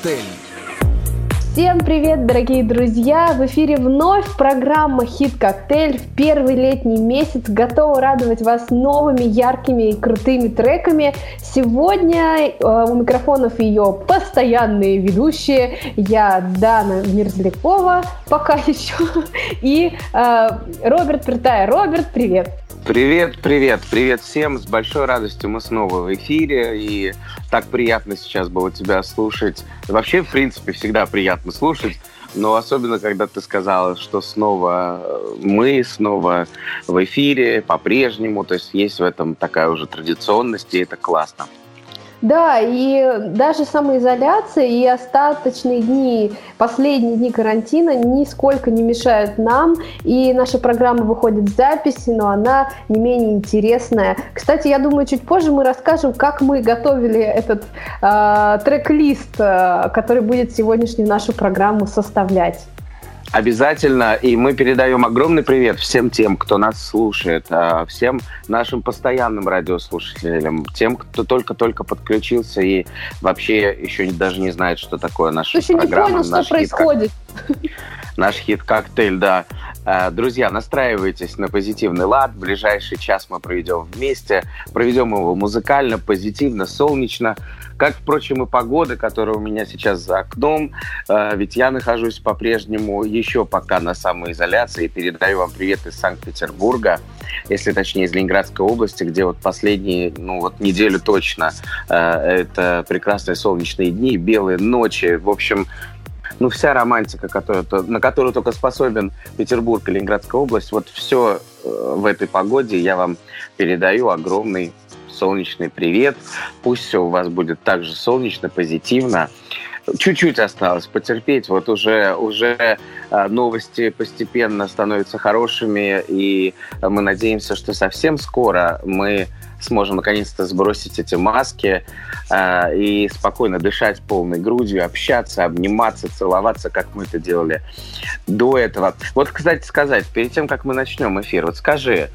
«Хит-коктейль». Всем привет, дорогие друзья! В эфире вновь программа «Хит-коктейль» в первый летний месяц. Готова радовать вас новыми, яркими и крутыми треками. Сегодня у микрофонов ее постоянные ведущие. Я, Дана Мерзлякова, пока еще, и Роберт Пертая. Роберт, привет! Привет всем, с большой радостью мы снова в эфире, и так приятно сейчас было тебя слушать. Вообще, в принципе, всегда приятно слушать, но особенно, когда ты сказала, что снова снова в эфире, по-прежнему, то есть есть в этом такая уже традиционность, и это классно. Да, и даже самоизоляция и остаточные дни, последние дни карантина нисколько не мешают нам, и наша программа выходит в записи, но она не менее интересная. Кстати, я думаю, чуть позже мы расскажем, как мы готовили этот трек-лист, который будет сегодняшнюю нашу программу составлять. Обязательно, и мы передаем огромный привет всем тем, кто нас слушает, всем нашим постоянным радиослушателям, тем, кто только-только подключился и вообще еще даже не знает, что такое наша программа. Еще не понял, что происходит. Наш хит-коктейль, да. Друзья, настраивайтесь на позитивный лад. В ближайший час мы проведем вместе. Проведем его музыкально, позитивно, солнечно. Как, впрочем, и погода, которая у меня сейчас за окном. Ведь я нахожусь по-прежнему еще пока на самоизоляции. Передаю вам привет из Санкт-Петербурга, если точнее из Ленинградской области, где вот последние, неделю точно это прекрасные солнечные дни, белые ночи. В общем, вся романтика, на которую только способен Петербург и Ленинградская область, вот все в этой погоде я вам передаю огромный солнечный привет. Пусть все у вас будет так же солнечно, позитивно. Чуть-чуть осталось потерпеть. Вот уже новости постепенно становятся хорошими, и мы надеемся, что совсем скоро мы сможем наконец-то сбросить эти маски и спокойно дышать полной грудью, общаться, обниматься, целоваться, как мы это делали до этого. Вот, кстати сказать, перед тем, как мы начнем эфир, вот скажи,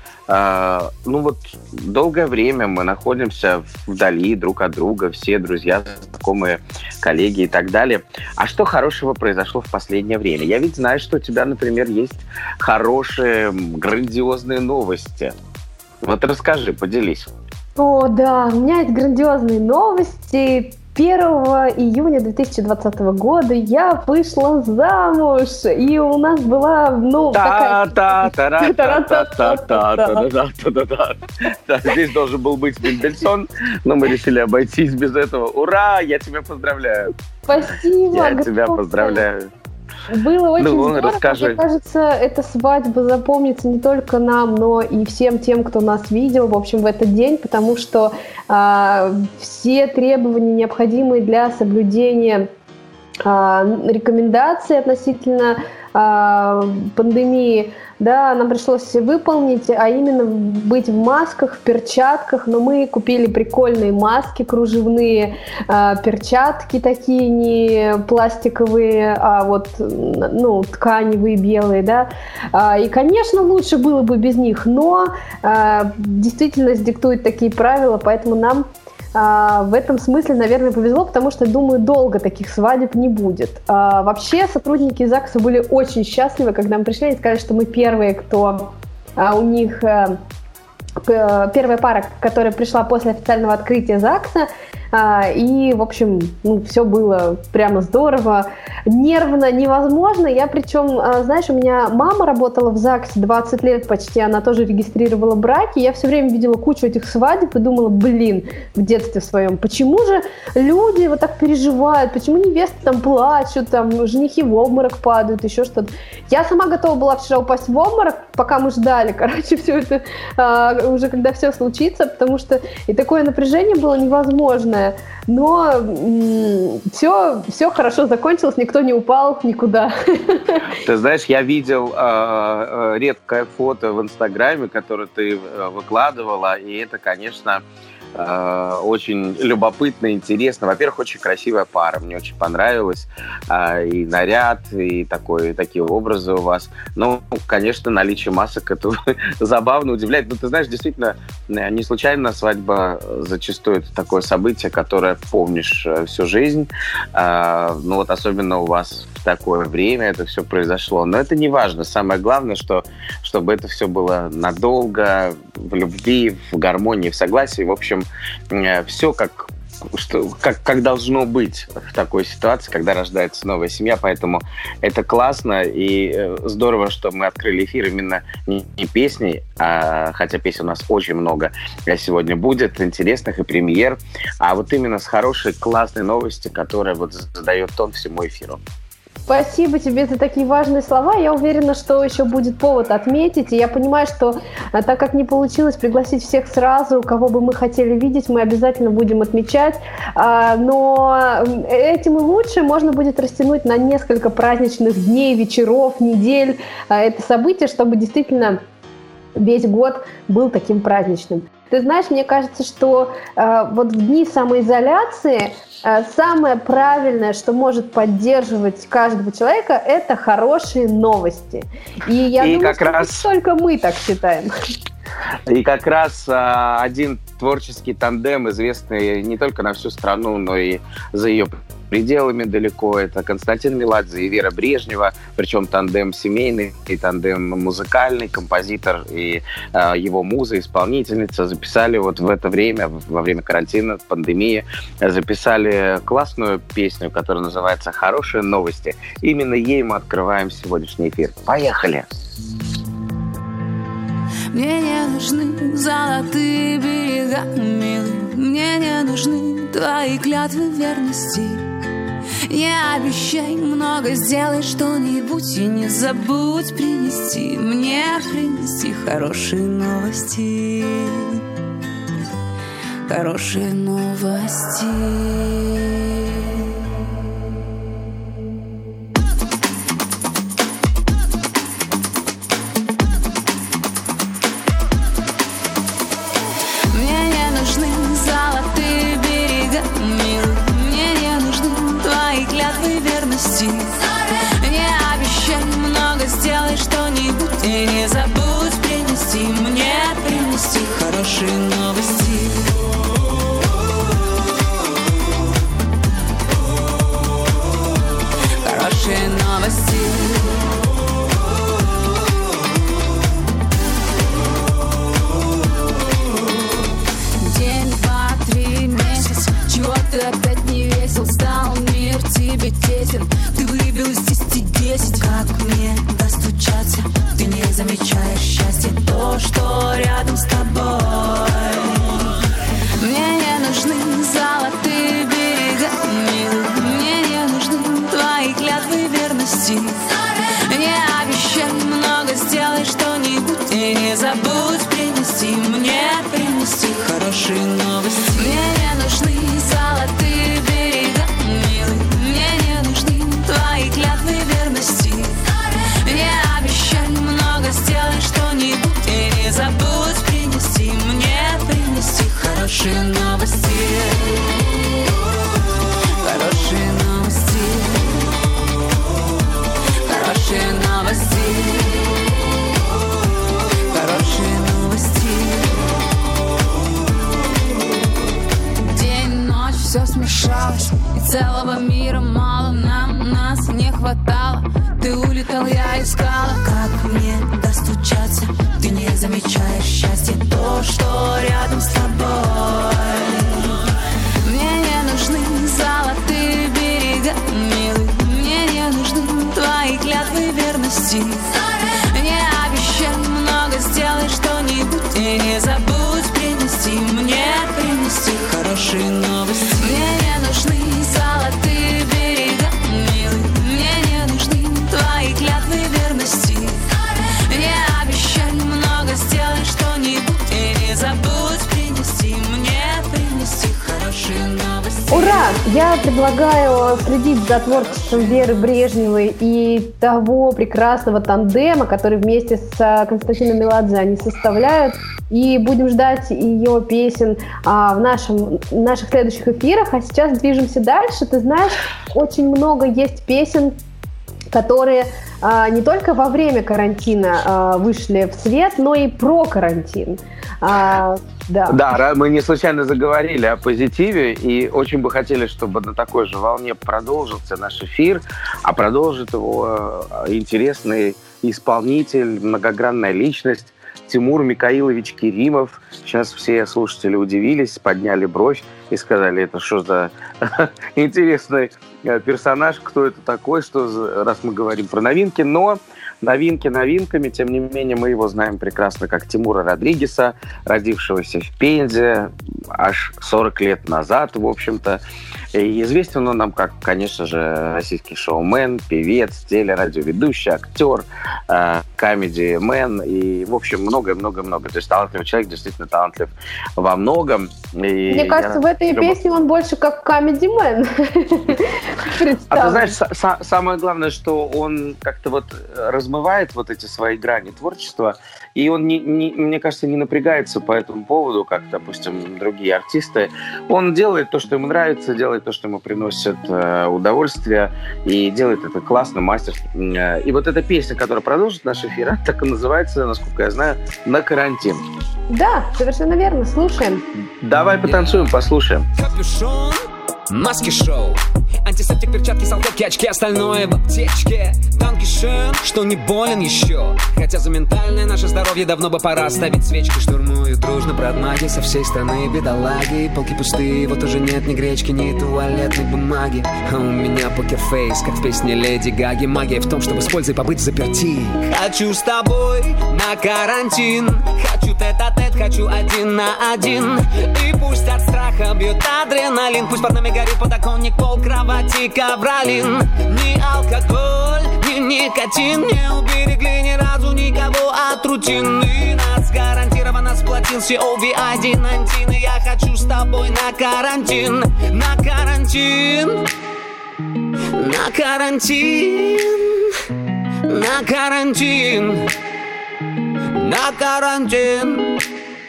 долгое время мы находимся вдали друг от друга, все друзья, знакомые, коллеги и так далее. А что хорошего произошло в последнее время? Я ведь знаю, что у тебя, например, есть хорошие, грандиозные новости. Вот расскажи, поделись. О, да, у меня есть грандиозные новости. 1 июня 2020 года я вышла замуж, и у нас была, Здесь должен был быть Мендельсон, но мы решили обойтись без этого. Ура, я тебя поздравляю. Спасибо. Я тебя поздравляю. Было очень здорово. Расскажи. Мне кажется, эта свадьба запомнится не только нам, но и всем тем, кто нас видел, в общем, в этот день, потому что все требования, необходимые для соблюдения рекомендаций относительно пандемии, да, нам пришлось выполнить, а именно быть в масках, в перчатках, но мы купили прикольные маски кружевные, перчатки такие не пластиковые, а тканевые, белые, да, и, конечно, лучше было бы без них, но действительность диктует такие правила, поэтому нам в этом смысле, наверное, повезло, потому что, думаю, долго таких свадеб не будет. Вообще, сотрудники ЗАГСа были очень счастливы, когда мы пришли и сказали, что мы первые, кто у них... Первая пара, которая пришла после официального открытия ЗАГСа, и, в общем, все было прямо здорово, нервно, невозможно. Я причем, знаешь, у меня мама работала в ЗАГСе 20 лет почти, она тоже регистрировала браки, я все время видела кучу этих свадеб и думала, в детстве своем, почему же люди вот так переживают, почему невесты там плачут, там женихи в обморок падают, еще что-то. Я сама готова была вчера упасть в обморок, пока мы ждали, все это уже когда все случится, потому что и такое напряжение было невозможное, но все хорошо закончилось, никто не упал никуда. Ты знаешь, я видел редкое фото в Инстаграме, которое ты выкладывала, и это, конечно, очень любопытно, интересно. Во-первых, очень красивая пара, мне очень понравилось. И наряд, и такие образы у вас. Ну, конечно, наличие масок, это забавно, удивляет. Но ты знаешь, действительно, не случайно свадьба зачастую это такое событие, которое помнишь всю жизнь. Ну вот особенно у вас в такое время это все произошло. Но это не важно. Самое главное, чтобы это все было надолго, в любви, в гармонии, в согласии. В общем, все как должно быть в такой ситуации, когда рождается новая семья. Поэтому это классно и здорово, что мы открыли эфир именно не песней, хотя песен у нас очень много сегодня будет, интересных и премьер, а вот именно с хорошей, классной новостью, которая вот задает тон всему эфиру. Спасибо тебе за такие важные слова. Я уверена, что еще будет повод отметить. И я понимаю, что так как не получилось пригласить всех сразу, кого бы мы хотели видеть, мы обязательно будем отмечать. Но этим и лучше. Можно будет растянуть на несколько праздничных дней, вечеров, недель это событие, чтобы действительно весь год был таким праздничным. Ты знаешь, мне кажется, что вот в дни самоизоляции самое правильное, что может поддерживать каждого человека, это хорошие новости. И я думаю, что только мы так считаем. И как раз один творческий тандем, известный не только на всю страну, но и за ее пределами далеко, это Константин Меладзе и Вера Брежнева, причем тандем семейный и тандем музыкальный, композитор и его муза, исполнительница записали вот в это время, во время карантина, пандемии, записали классную песню, которая называется «Хорошие новости». Именно ей мы открываем сегодняшний эфир. Поехали! Мне не нужны золотые берега, милый. Мне не нужны твои клятвы верности. Не обещай много, сделай что-нибудь и не забудь принести хорошие новости. Хорошие новости. Не обещай много, сделай что-нибудь и не забудь принести хорошие новости. Хорошие новости. День, два, 3, месяц, чего ты опять не весел стал? Мир тебе тесен, ты выбил из 10. Как мне достучаться? Ты не замечаешь счастья, то, что рядом с тобой. Мне не нужны золотые берега, милый. Мне не нужны твои клятвы верности. Не обещай много, сделай что-нибудь и не забудь принести хорошие новости. Мне не нужны золотые берега, милый. Мне не нужны твои клятвы верности. Не обещай много, сделай что-нибудь и не забудь принести хорошие новости. Хорошие новости. Хорошие новости. Хорошие новости. День, ночь, все смешалось, и целого мира мало нам, нас не хватало. Ты улетал, я искала. Как мне достучаться? Ты не замечаешь счастья, то, что рядом с тобой. Мне не нужны золотые берега, милый. Мне не нужны твои клятвы верности. Не обещай много, сделай что-нибудь и не забудь принести хорошие новости. Мне не нужны золотые берега, милый. Мне не нужны твои клятвы верности. Не обещай много, сделай что-нибудь и не забудь принести хорошие новости. Ура! Я предлагаю следить за творчеством Веры Брежневой и того прекрасного тандема, который вместе с Константином Меладзе они составляют. И будем ждать ее песен в наших следующих эфирах. А сейчас движемся дальше. Ты знаешь, очень много есть песен, которые не только во время карантина вышли в свет, но и про карантин. Да, мы не случайно заговорили о позитиве, и очень бы хотели, чтобы на такой же волне продолжился наш эфир, а продолжит его интересный исполнитель, многогранная личность Тимур Микаилович Керимов. Сейчас все слушатели удивились, подняли бровь и сказали, это что за интересный персонаж, кто это такой, раз мы говорим про новинки. Но новинки новинками, тем не менее, мы его знаем прекрасно как Тимура Родригеса, родившегося в Пензе аж 40 лет назад, в общем-то. И известен он нам как, конечно же, российский шоумен, певец, телерадиоведущий, актер, комедимен и, в общем, многое-многое-много. То есть талантливый человек, действительно талантлив во многом. И мне кажется, в этой песне он больше как комедимен. А ты знаешь, самое главное, что он как-то вот размывает вот эти свои грани творчества, и он, мне кажется, не напрягается по этому поводу, как, допустим, другие артисты. Он делает то, что ему нравится, делает то, что ему приносит удовольствие, и делает это классно, мастерски. И вот эта песня, которая продолжит наш эфир, так и называется, насколько я знаю, «На карантин». Да, совершенно верно. Слушаем. Давай потанцуем, послушаем. Капюшон, маски-шоу, антисептик, перчатки, салфетки, очки, остальное в аптечке. Данкишен, что не болен еще. Хотя за ментальное наше здоровье давно бы пора ставить свечки. Штурмуют дружно продмаги со всей страны, бедолаги. Полки пустые, вот уже нет ни гречки, ни туалетной бумаги. А у меня покерфейс, как в песне Леди Гаги. Магия в том, чтобы с пользой побыть взаперти. Хочу с тобой на карантин, хочу тет-а-тет, хочу 1 на 1. И пусть от страха бьет адреналин, пусть под нами горит подоконник, пол, кровати, ковролин. Ни алкоголь, ни никотин не уберегли ни разу никого от рутины. Нас гарантированно сплотил COVID-19. И я хочу с тобой на карантин, на карантин, на карантин, на карантин, на карантин.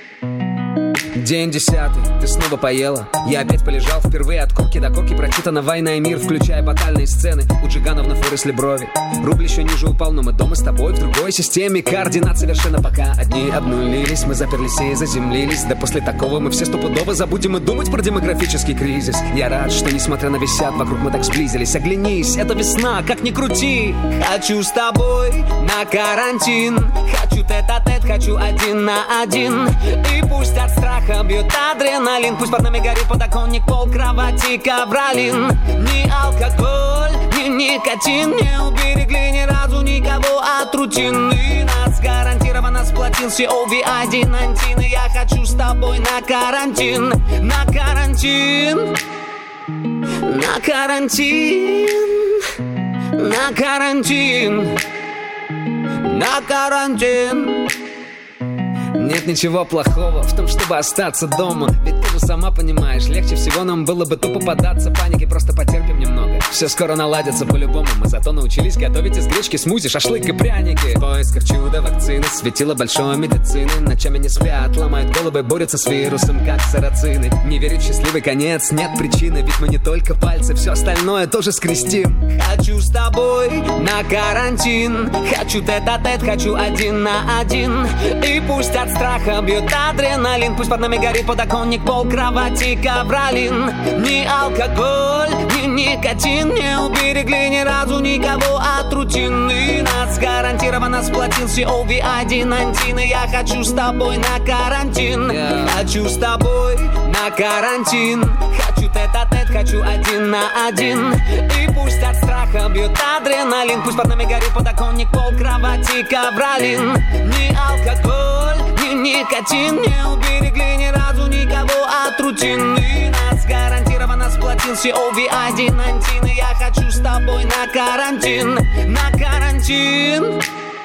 День 10, ты снова поела. Я опять полежал впервые от корки до корки. Прочитана «Война и мир», включая батальные сцены. У Джигановна выросли брови. Рубль еще ниже упал, но мы дома с тобой в другой системе координат совершенно. Пока одни обнулились, мы заперлись и заземлились. Да после такого мы все стопудово забудем и думать про демографический кризис. Я рад, что несмотря на висят, вокруг мы так сблизились. Оглянись, это весна, как ни крути. Хочу с тобой на карантин, хочу тет-а-тет, хочу 1 на 1. И пусть от страха бьет адреналин, пусть под нами горит подоконник, пол, кровати, ковролин. Ни алкоголь, ни никотин не уберегли ни разу никого от рутины. Нас гарантированно сплотил COVID-19. И я хочу с тобой на карантин, на карантин, на карантин, на карантин, на карантин. Нет ничего плохого в том, чтобы остаться дома. Ведь ты же сама понимаешь, легче всего нам было бы тупо поддаться панике. Просто потерпим немного, все скоро наладится по-любому. Мы зато научились готовить из гречки смузи, шашлык и пряники. В поисках чуда вакцины, светило большой медицины. Ночами не спят, ломают головы, борются с вирусом, как сарацины. Не верить в счастливый конец, нет причины. Ведь мы не только пальцы, все остальное тоже скрестим. Хочу с тобой на карантин, хочу тет-а-тет, хочу 1 на 1. И пусть от страха бьет адреналин, пусть под нами горит подоконник, пол, кровати, ковролин. Ни алкоголь, ни никотин не уберегли ни разу никого от рутины. Нас гарантированно сплотил COVID-19. И я хочу с тобой на карантин, хочу с тобой на карантин, хочу тет-а-тет, хочу 1 на 1. И пусть от страха бьет адреналин, пусть под нами горит подоконник, пол, кровати, ковролин. Ни алкоголь, ни никотин не уберегли ни разу никого от рутины. Нас гарантированно сплотил COVID-19. И я хочу с тобой на карантин, на карантин,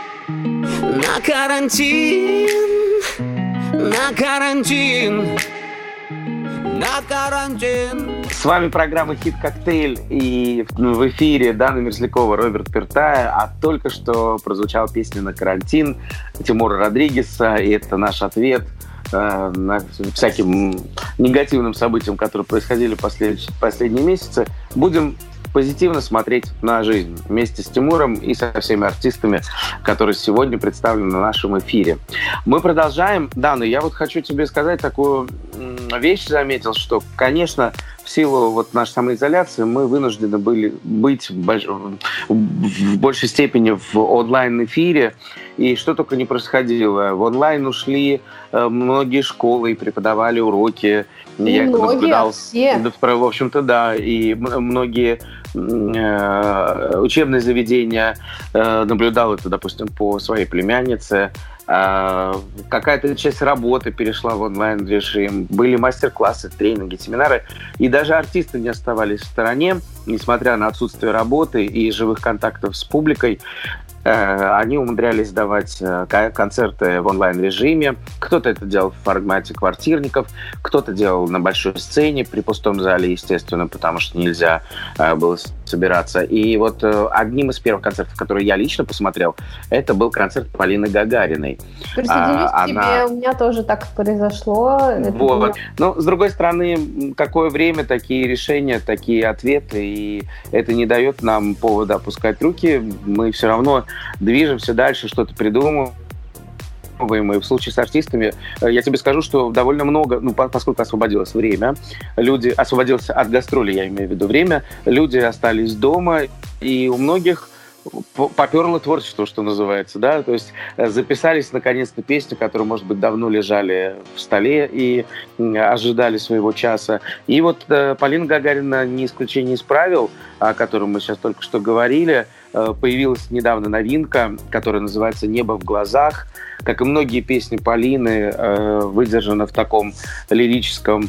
на карантин, на карантин, на карантин. С вами программа «Хит Коктейль», и в эфире Дана Мерзлякова, Роберт Пертая, а только что прозвучала песня «На карантин» Тимура Родригеса, и это наш ответ на всяким негативным событиям, которые происходили последние месяцы. Будем позитивно смотреть на жизнь вместе с Тимуром и со всеми артистами, которые сегодня представлены на нашем эфире. Мы продолжаем. Дана, я вот хочу тебе сказать такую вещь, заметил, что, конечно, в силу вот нашей самоизоляции мы вынуждены были быть в большей степени в онлайн-эфире, и что только не происходило. В онлайн ушли многие школы и преподавали уроки. Я наблюдал, все. В общем-то, да, и многие учебные заведения, наблюдал это, допустим, по своей племяннице. Какая-то часть работы перешла в онлайн-режим, были мастер-классы, тренинги, семинары, и даже артисты не оставались в стороне, несмотря на отсутствие работы и живых контактов с публикой. Они умудрялись давать концерты в онлайн-режиме. Кто-то это делал в формате квартирников, кто-то делал на большой сцене при пустом зале, естественно, потому что нельзя было собираться. И вот одним из первых концертов, которые я лично посмотрел, это был концерт Полины Гагариной. Присоединюсь к тебе, у меня тоже так произошло. Вот. Но, с другой стороны, какое время, такие решения, такие ответы, и это не дает нам повода опускать руки. Мы все равно движемся дальше, что-то придумываем. И в случае с артистами, я тебе скажу, что довольно много, поскольку освободилось время, освободилось от гастролей, я имею в виду время, люди остались дома, и у многих поперло творчество, что называется, да, то есть записались наконец-то песни, которые, может быть, давно лежали в столе и ожидали своего часа. И вот Полина Гагарина не исключение из правил, о котором мы сейчас только что говорили. Появилась недавно новинка, которая называется «Небо в глазах». Как и многие песни Полины, выдержана в таком лирическом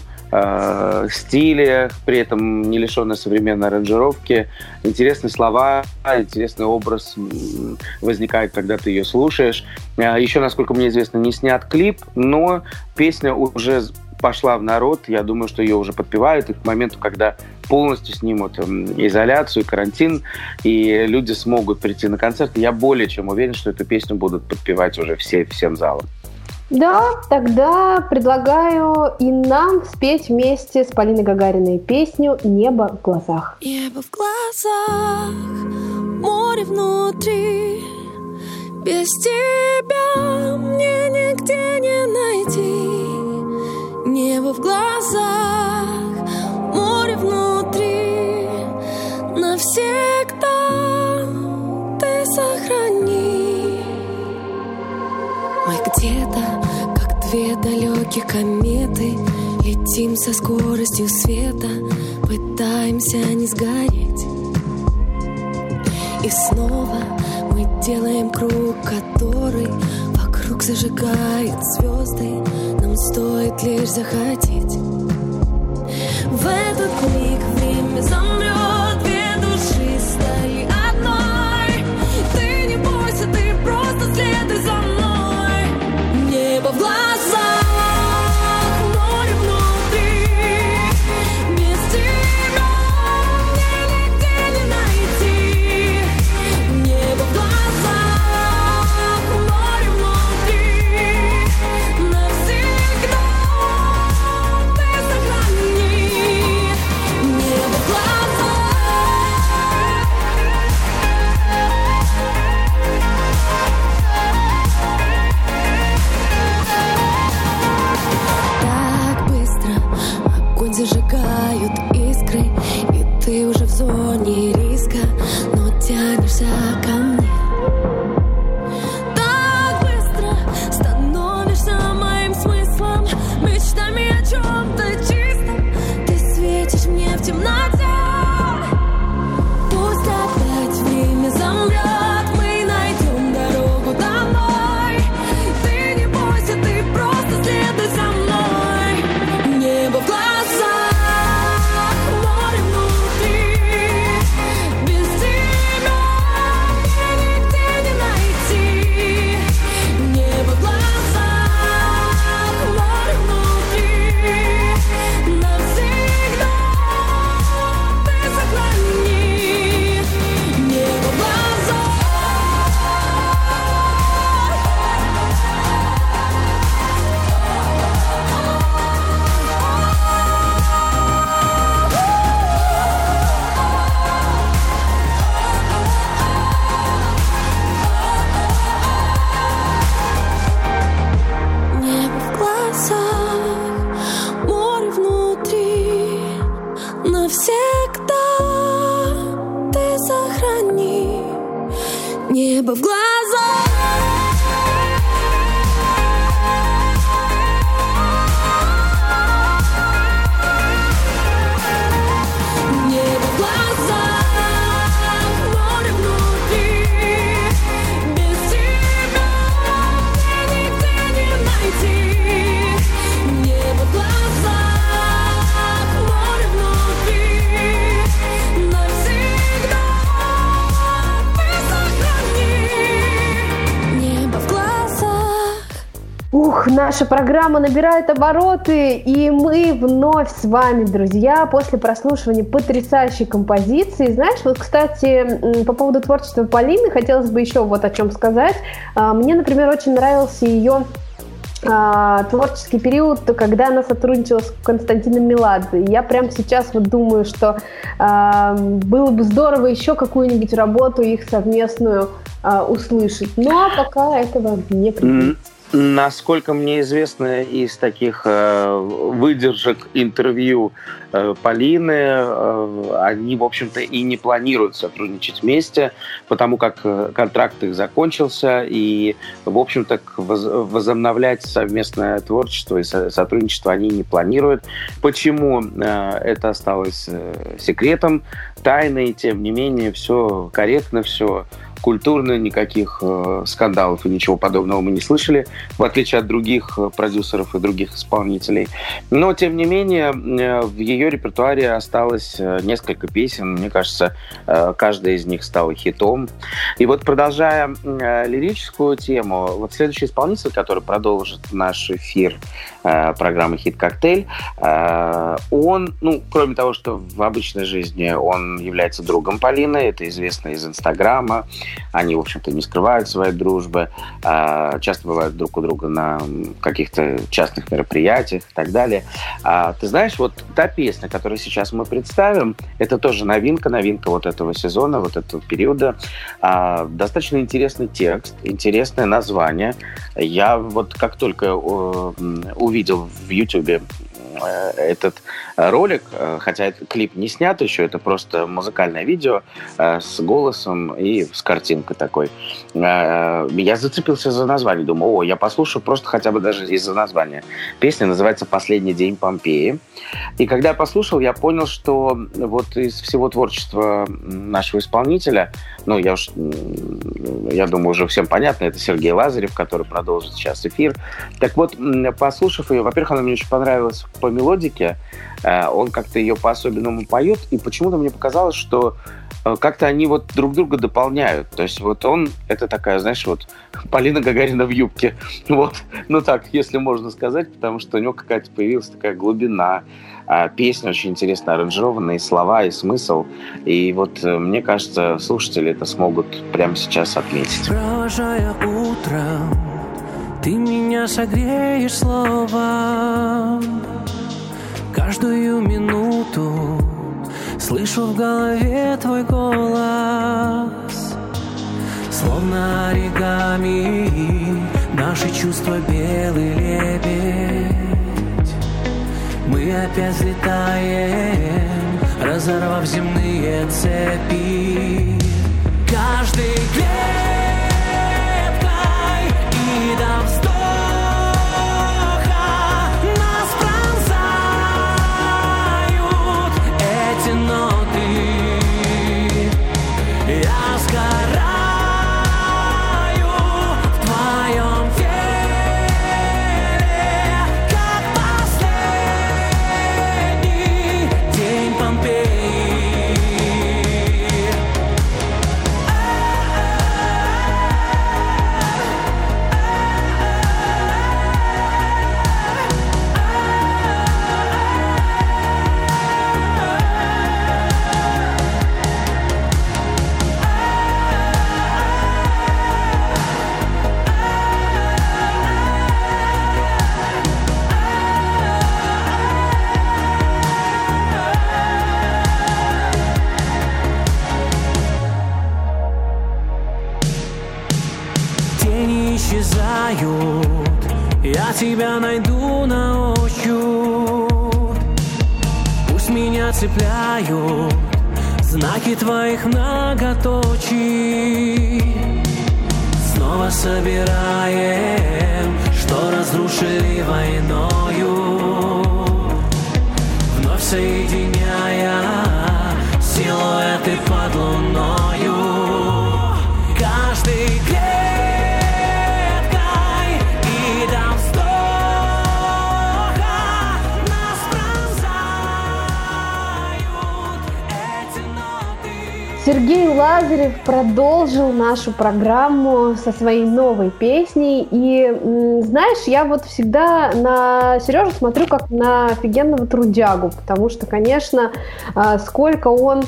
стиле, при этом не лишенной современной аранжировки. Интересные слова, интересный образ возникает, когда ты ее слушаешь. Еще, насколько мне известно, не снят клип, но песня уже пошла в народ. Я думаю, что ее уже подпевают. И к моменту, когда полностью снимут изоляцию, карантин, и люди смогут прийти на концерт, я более чем уверен, что эту песню будут подпевать уже всем залом. Да, тогда предлагаю и нам спеть вместе с Полиной Гагариной песню «Небо в глазах». Небо в глазах, море внутри, без тебя мне нигде не найти. Небо в глазах, море внутри, навсегда ты сохрани. Мы где-то, как две далекие кометы, летим со скоростью света, пытаемся не сгореть. И снова мы делаем круг, который вокруг зажигает звезды. Нам стоит лишь захотеть. В этот миг время замрет, две души стали одной. Ты не бойся, ты просто следуй за мной. Небо в глазах, море внутри, без тебя мне нигде не найти. Небо в глазах, море внутри, навсегда ты сохрани. Небо в глазах. Так быстро огонь зажигают искры, и ты уже в зоне риска, но тянешься ко мне. Так быстро становишься моим смыслом, мечтами о чем-то чистом. Ты светишь мне в темноте. Пусть опять время замрет, мы найдем дорогу домой. Ты не бойся, ты просто следуй за мной. Небо в глазах, море внутри, без тебя Небо в глазах. Небо в глазах, море внутри. Без тебя нигде не найти. Небо в глазах, море внутри. Навсегда ты сохрани. Небо в глазах. Ух, наша программа набирает обороты, и мы вновь с вами, друзья, после прослушивания потрясающей композиции. Знаешь, вот, кстати, по поводу творчества Полины хотелось бы еще вот о чем сказать. Мне, например, очень нравился ее творческий период, когда она сотрудничала с Константином Меладзе. Я прямо сейчас вот думаю, что было бы здорово еще какую-нибудь работу их совместную услышать. Но пока этого не предвидится. Насколько мне известно из таких выдержек интервью Полины, они, в общем-то, и не планируют сотрудничать вместе, потому как контракт их закончился, и, в общем-то, возобновлять совместное творчество и сотрудничество они не планируют. Почему это осталось секретом, тайной, тем не менее, все корректно, все культурно, никаких скандалов и ничего подобного мы не слышали, в отличие от других продюсеров и других исполнителей. Но, тем не менее, в ее репертуаре осталось несколько песен. Мне кажется, каждая из них стала хитом. И вот, продолжая лирическую тему, вот следующий исполнитель, который продолжит наш эфир программы «Хит-коктейль», он, кроме того, что в обычной жизни он является другом Полины, это известно из Инстаграма, они, в общем-то, не скрывают своей дружбы, часто бывают друг у друга на каких-то частных мероприятиях и так далее. Ты знаешь, вот та песня, которую сейчас мы представим, это тоже новинка вот этого сезона, вот этого периода. Достаточно интересный текст, интересное название. Я вот как только увидел в YouTube этот ролик, хотя этот клип не снят еще, это просто музыкальное видео с голосом и с картинкой такой. Я зацепился за название, думаю, я послушаю просто хотя бы даже из-за названия. Песня называется «Последний день Помпеи». И когда я послушал, я понял, что вот из всего творчества нашего исполнителя, я думаю, уже всем понятно, это Сергей Лазарев, который продолжит сейчас эфир. Так вот, послушав ее, во-первых, она мне очень понравилась по мелодике, он как-то ее по-особенному поет, и почему-то мне показалось, что как-то они вот друг друга дополняют. То есть вот он, это такая, знаешь, вот Полина Гагарина в юбке. Вот, так, если можно сказать, потому что у него какая-то появилась такая глубина. Песня очень интересно аранжирована, и слова, и смысл. И вот, мне кажется, слушатели это смогут прямо сейчас отметить. Провожая утром, ты меня согреешь словом. Каждую минуту слышу в голове твой голос. Словно оригами наши чувства белый лебедь. Мы опять взлетаем, разорвав земные цепи. Каждый клеткой и до вздоха нас пронзают эти ноты. Я сгораю в твоем теле, как последний день Помпеи. Тени исчезают, я тебя найду на ощупь. Пусть меня цепляют знаки твоих многоточий. снова собираем, что разрушили войною, вновь соединяя силуэты под луною. Каждый клеткой и до вздоха нас пронзают эти ноты. Сергей Лазарев продолжил нашу программу со своей новой песней. И знаешь, я вот всегда на Сережу смотрю как на офигенного трудягу, потому что, конечно, сколько он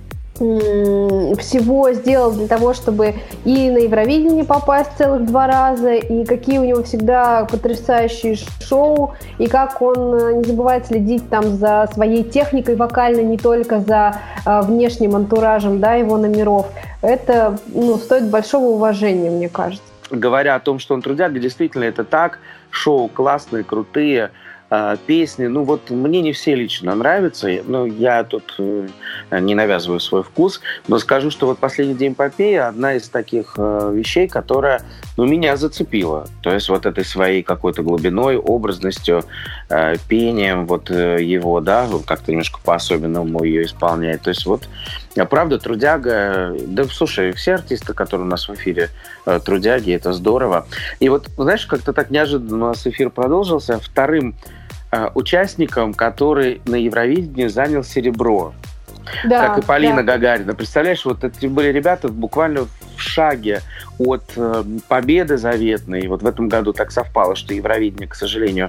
всего сделал для того, чтобы и на Евровидение попасть целых 2 раза, и какие у него всегда потрясающие шоу, и как он не забывает следить там за своей техникой вокальной, не только за внешним антуражем, да, его номеров. Это стоит большого уважения, мне кажется. Говоря о том, что он трудяга, действительно это так. Шоу классные, крутые. Песни, вот мне не все лично нравятся, я тут не навязываю свой вкус, но скажу, что вот «Последний день эпопеи» одна из таких вещей, которая, меня зацепила. То есть вот этой своей какой-то глубиной, образностью, пением вот его, да, как-то немножко по-особенному ее исполняет. То есть вот, правда, трудяга, да, слушай, все артисты, которые у нас в эфире трудяги, это здорово. И вот, знаешь, как-то так неожиданно у нас эфир продолжился. Вторым участником, который на Евровидении занял серебро. Да, как и Полина Гагарина. Представляешь, вот эти были ребята буквально в шаге от победы заветной. И вот в этом году так совпало, что Евровидение, к сожалению,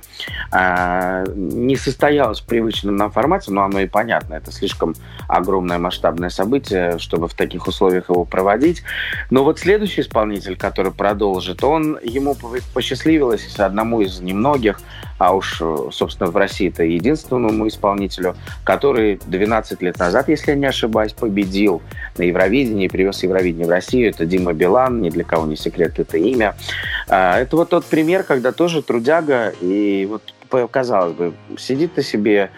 не состоялось в привычном нам формате, но оно и понятно. Это слишком огромное масштабное событие, чтобы в таких условиях его проводить. Но вот следующий исполнитель, который продолжит, ему посчастливилось одному из немногих, а уж, собственно, в России-то единственному исполнителю, который 12 лет назад, если я не ошибаюсь, победил на Евровидении и привез Евровидение в Россию. Это Дима Билан, ни для кого не секрет это имя. Это вот тот пример, когда тоже трудяга, и вот, казалось бы, сиди ты себе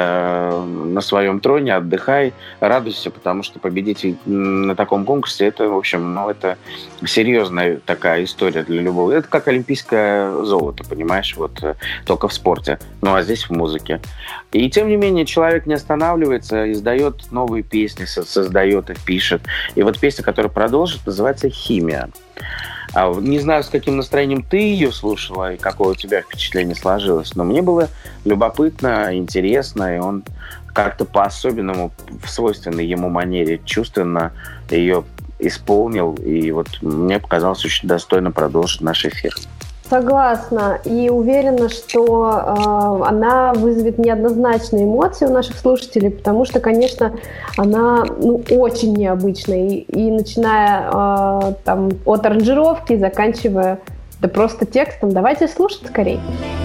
на своем троне, отдыхай, радуйся, потому что победить на таком конкурсе, это, в общем, это серьезная такая история для любого. Это как олимпийское золото, понимаешь, вот только в спорте, а здесь в музыке. И тем не менее человек не останавливается, издает новые песни, создает и пишет. И вот песня, которая продолжит, называется «Химия». Не знаю, с каким настроением ты ее слушала и какое у тебя впечатление сложилось, но мне было любопытно, интересно, и он как-то по-особенному, в свойственной ему манере, чувственно ее исполнил, и вот мне показалось очень достойно продолжить наш эфир. Согласна. И уверена, что она вызовет неоднозначные эмоции у наших слушателей, потому что, конечно, она очень необычная. И начиная от аранжировки, заканчивая просто текстом. Давайте слушать скорей.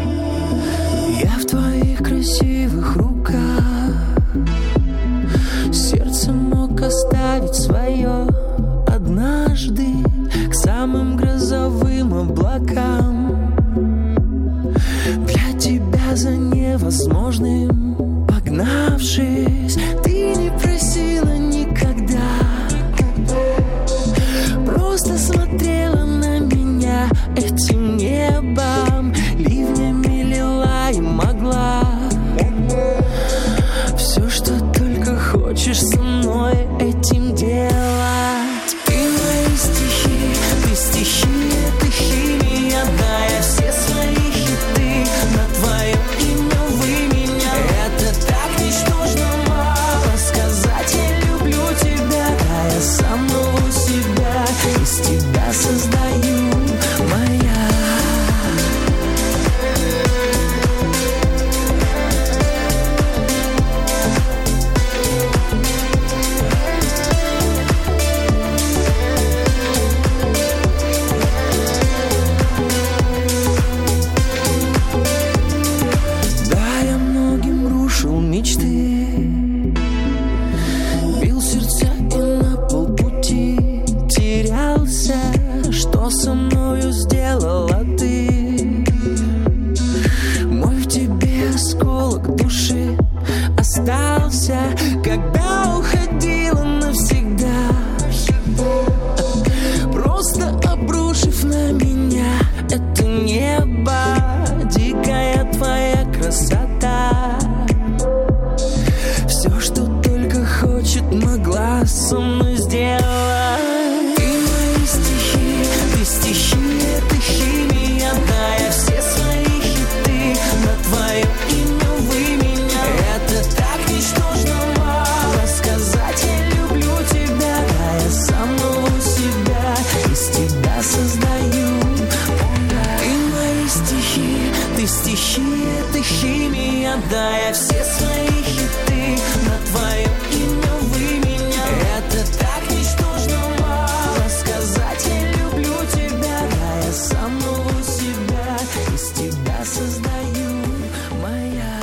Я в твоих красивых руках сердце мог оставить свое однажды к самым грозовым облакам. Для тебя за невозможным погнавшись, ты не просила никогда, просто смотрела на меня этим небом, ливнями лила и могла отдая все свои хиты на твое имя вы меня. Это так ничтожно мало сказать я люблю тебя, да я сам новую себя из тебя создаю, моя.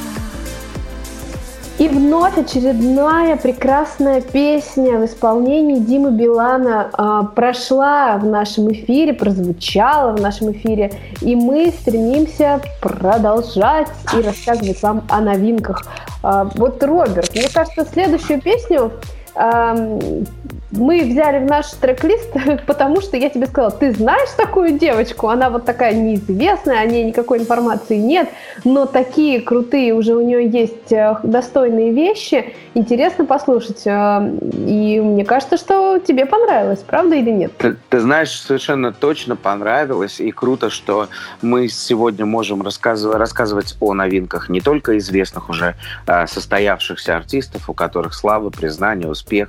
И вновь очередная прекрасная песня в исполнении Димы Билана прошла в нашем эфире, прозвучала в нашем эфире, и мы стремимся продолжать и рассказывать вам о новинках. Вот, Роберт, мне кажется, следующую песню мы взяли в наш трек-лист, потому что я тебе сказала, ты знаешь такую девочку? Она вот такая неизвестная, о ней никакой информации нет, но такие крутые уже у нее есть достойные вещи. Интересно послушать. И мне кажется, что тебе понравилось, правда или нет? Ты знаешь, совершенно точно понравилось. И круто, что мы сегодня можем рассказывать о новинках не только известных уже состоявшихся артистов, у которых слава, признание, успех,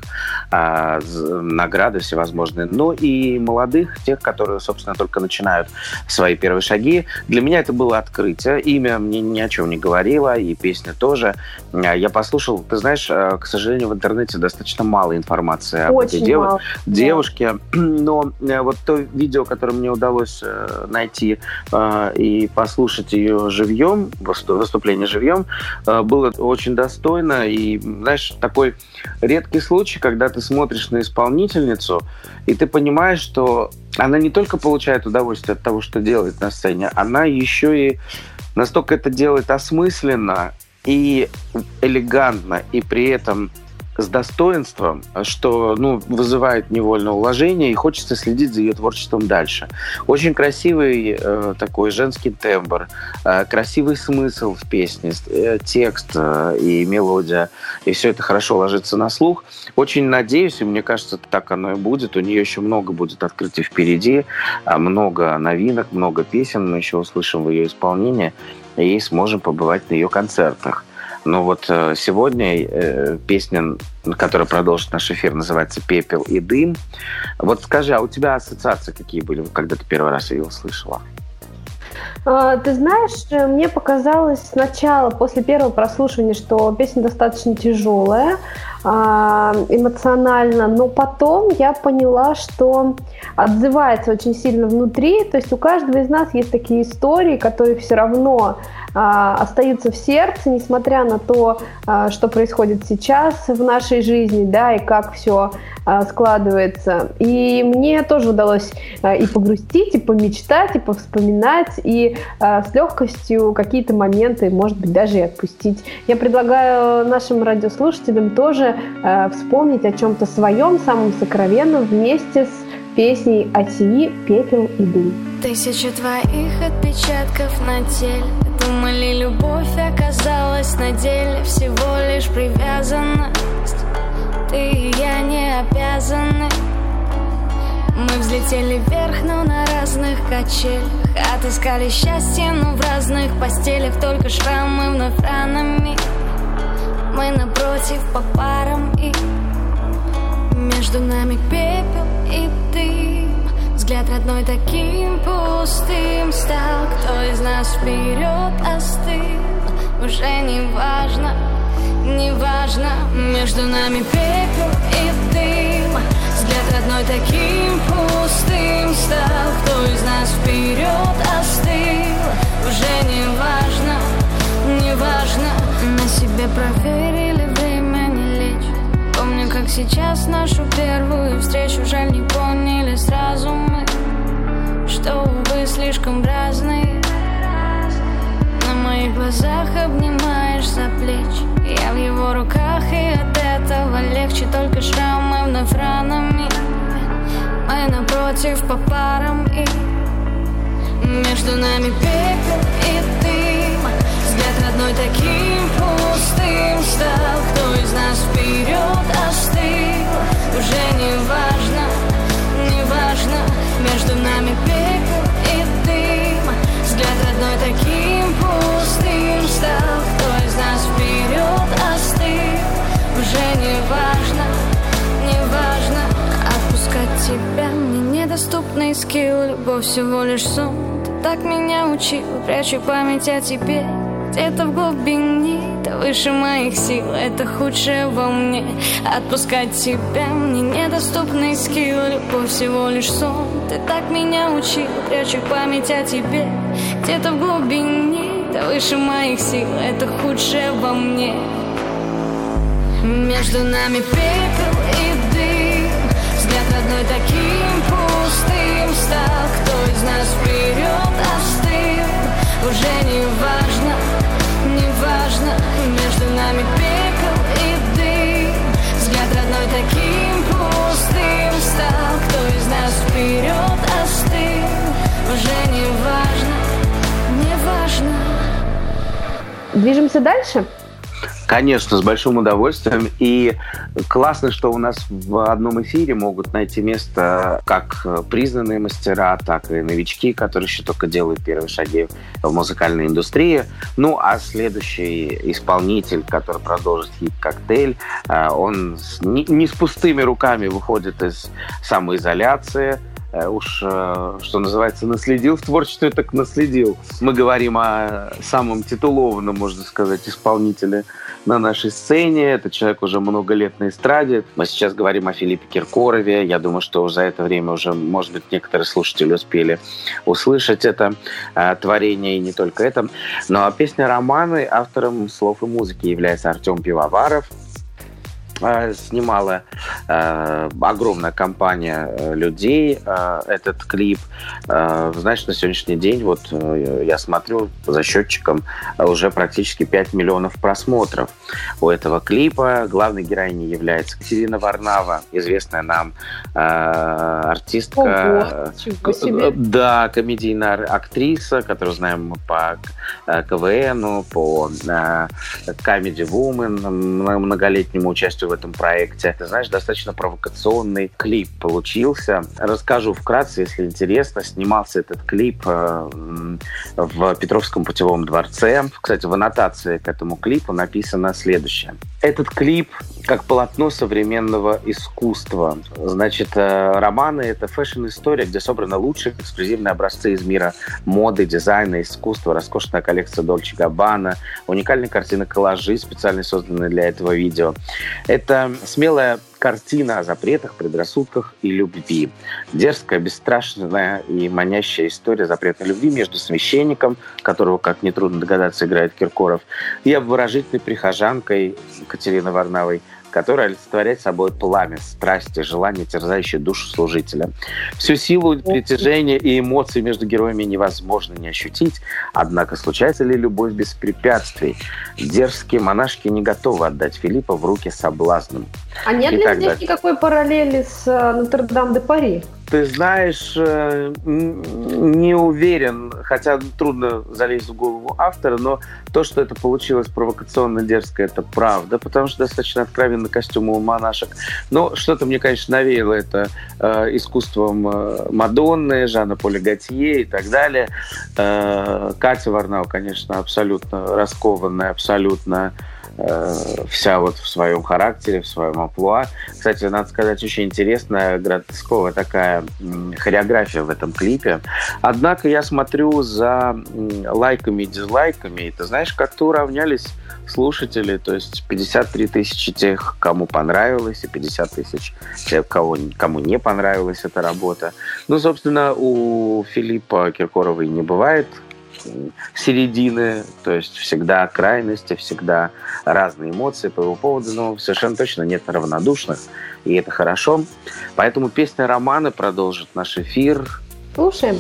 награды всевозможные, но и молодых, тех, которые, собственно, только начинают свои первые шаги. Для меня это было открытие. Имя мне ни о чем не говорило, и песня тоже. Я послушал, ты знаешь, к сожалению, в интернете достаточно мало информации об этой девушке, но вот то видео, которое мне удалось найти и послушать ее живьем, выступление живьем, было очень достойно. И, знаешь, такой редкий случай, когда ты смотришь на исполнительницу, и ты понимаешь, что она не только получает удовольствие от того, что делает на сцене, она еще и настолько это делает осмысленно и элегантно, и при этом с достоинством, что вызывает невольно уважение, и хочется следить за ее творчеством дальше. Очень красивый такой женский тембр, красивый смысл в песне, текст и мелодия, и все это хорошо ложится на слух. Очень надеюсь, и мне кажется, так оно и будет. У нее еще много будет открытий впереди, много новинок, много песен мы еще услышим в ее исполнении, и сможем побывать на ее концертах. Но вот сегодня песня, которая продолжит наш эфир, называется «Пепел и дым». Вот скажи, а у тебя ассоциации какие были, когда ты первый раз ее услышала? Ты знаешь, мне показалось сначала, после первого прослушивания, что песня достаточно тяжелая, эмоционально, но потом я поняла, что отзывается очень сильно внутри. То есть у каждого из нас есть такие истории, которые все равно остаются в сердце, несмотря на то, что происходит сейчас в нашей жизни, да, и как все складывается. И мне тоже удалось и погрустить, и помечтать, и повспоминать, и с легкостью какие-то моменты, может быть, даже и отпустить. Я предлагаю нашим радиослушателям тоже вспомнить о чем-то своем, самом сокровенном, вместе с песней Асии «Пепел и дым». Тысячи твоих отпечатков на теле. Думали, любовь оказалась на деле всего лишь привязанность. Ты и я не обязаны. Мы взлетели вверх, но на разных качелях. Отыскали счастье, но в разных постелях. Только шрамы вновь ранами. Мы напротив по парам, и между нами пепел и дым. Взгляд родной таким пустым стал. Кто из нас вперед остыл, уже не важно, не важно. Между нами пепел и дым. Взгляд родной таким пустым стал. Кто из нас вперед остыл, уже не важно, не важно. На себе проверили, время не лечит. Помню, как сейчас нашу первую встречу. Жаль, не поняли сразу мы, что, увы, слишком разные. На моих глазах обнимаешь за плечи. Я в его руках, и от этого легче. Только шрамы вновь ранами. Мы напротив по парам, и между нами пепел и дым. Взгляд родной таким пустым стал. Кто из нас вперед остыл, уже не важно, не важно. Между нами пепел и дым. Взгляд родной таким пустым стал. Кто из нас вперед остыл, уже не важно, не важно. Отпускать тебя мне недоступный скилл. Любовь всего лишь сон. Ты так меня учил, прячу память о тебе. где-то в глубине. Ты выше моих сил, это худшее во мне. Отпускать тебя мне недоступный скилл. Любовь всего лишь сон, ты так меня учил. Прячу память о тебе где-то в глубине. Ты выше моих сил, это худшее во мне. Между нами пепел и дым, взгляд родной таким пустым стал. Кто из нас вперед остыл, уже не важно, не важно. Между нами пепел и дым, взгляд родной таким пустым стал. Кто из нас вперед остыл, уже не важно, не важно. Движемся дальше? Конечно, с большим удовольствием. И классно, что у нас в одном эфире могут найти место как признанные мастера, так и новички, которые еще только делают первые шаги в музыкальной индустрии. Ну, а следующий исполнитель, который продолжит хит «Коктейль», он не с пустыми руками выходит из самоизоляции. Уж, что называется, наследил в творчестве, так наследил. Мы говорим о самом титулованном, можно сказать, исполнителе на нашей сцене. Это человек уже много лет на эстраде. Мы сейчас говорим о Филиппе Киркорове. Я думаю, что за это время уже, может быть, некоторые слушатели успели услышать это творение, и не только это. Но песня «Романы» автором слов и музыки является Артем Пивоваров. Снимала огромная компания людей этот клип. Знаешь, на сегодняшний день, вот я смотрю за счетчиком, уже практически 5 миллионов просмотров у этого клипа. Главной героиней является Катерина Варнава, известная нам артистка. Ого, да, комедийная актриса, которую знаем по КВНу, по Comedy Woman, многолетнему участию в этом проекте. Ты знаешь, достаточно провокационный клип получился. Расскажу вкратце, если интересно. Снимался этот клип в Петровском путевом дворце. Кстати, в аннотации к этому клипу написано следующее. Этот клип как полотно современного искусства. Значит, романы — это фэшн-история, где собраны лучшие эксклюзивные образцы из мира моды, дизайна, искусства, роскошная коллекция Dolce & Gabbana, уникальные картины-коллажи, специально созданные для этого видео. Это смелая картина о запретах, предрассудках и любви. Дерзкая, бесстрашная и манящая история запретной любви между священником, которого, как нетрудно догадаться, играет Киркоров, и обворожительной прихожанкой Катериной Варнавой, которая олицетворяет собой пламя, страсти, желание, терзающее душу служителя. Всю силу притяжения и эмоций между героями невозможно не ощутить, однако случается ли любовь без препятствий? Дерзкие монашки не готовы отдать Филиппа в руки соблазном. А нет ли здесь никакой параллели с Нотр-Дам-де-Пари? Ты знаешь, не уверен, хотя трудно залезть в голову автора, но то, что это получилось провокационно дерзко, это правда, потому что достаточно откровенно костюмы у монашек. Но что-то мне, конечно, навеяло это искусством Мадонны, Жана-Поля Готье и так далее. Катя Варнава, конечно, абсолютно раскованная, абсолютно вся вот в своем характере, в своем амплуа. Кстати, надо сказать, очень интересная, гротесковая такая хореография в этом клипе. Однако я смотрю за лайками и дизлайками, и ты знаешь, как-то уравнялись слушатели, то есть 53 тысячи тех, кому понравилось, и 50 тысяч тех, кому не понравилась эта работа. Ну, собственно, у Филиппа Киркорова и не бывает середины, то есть всегда крайности, всегда разные эмоции по его поводу, но совершенно точно нет равнодушных, и это хорошо. Поэтому песня «Романы» продолжит наш эфир. Слушаем.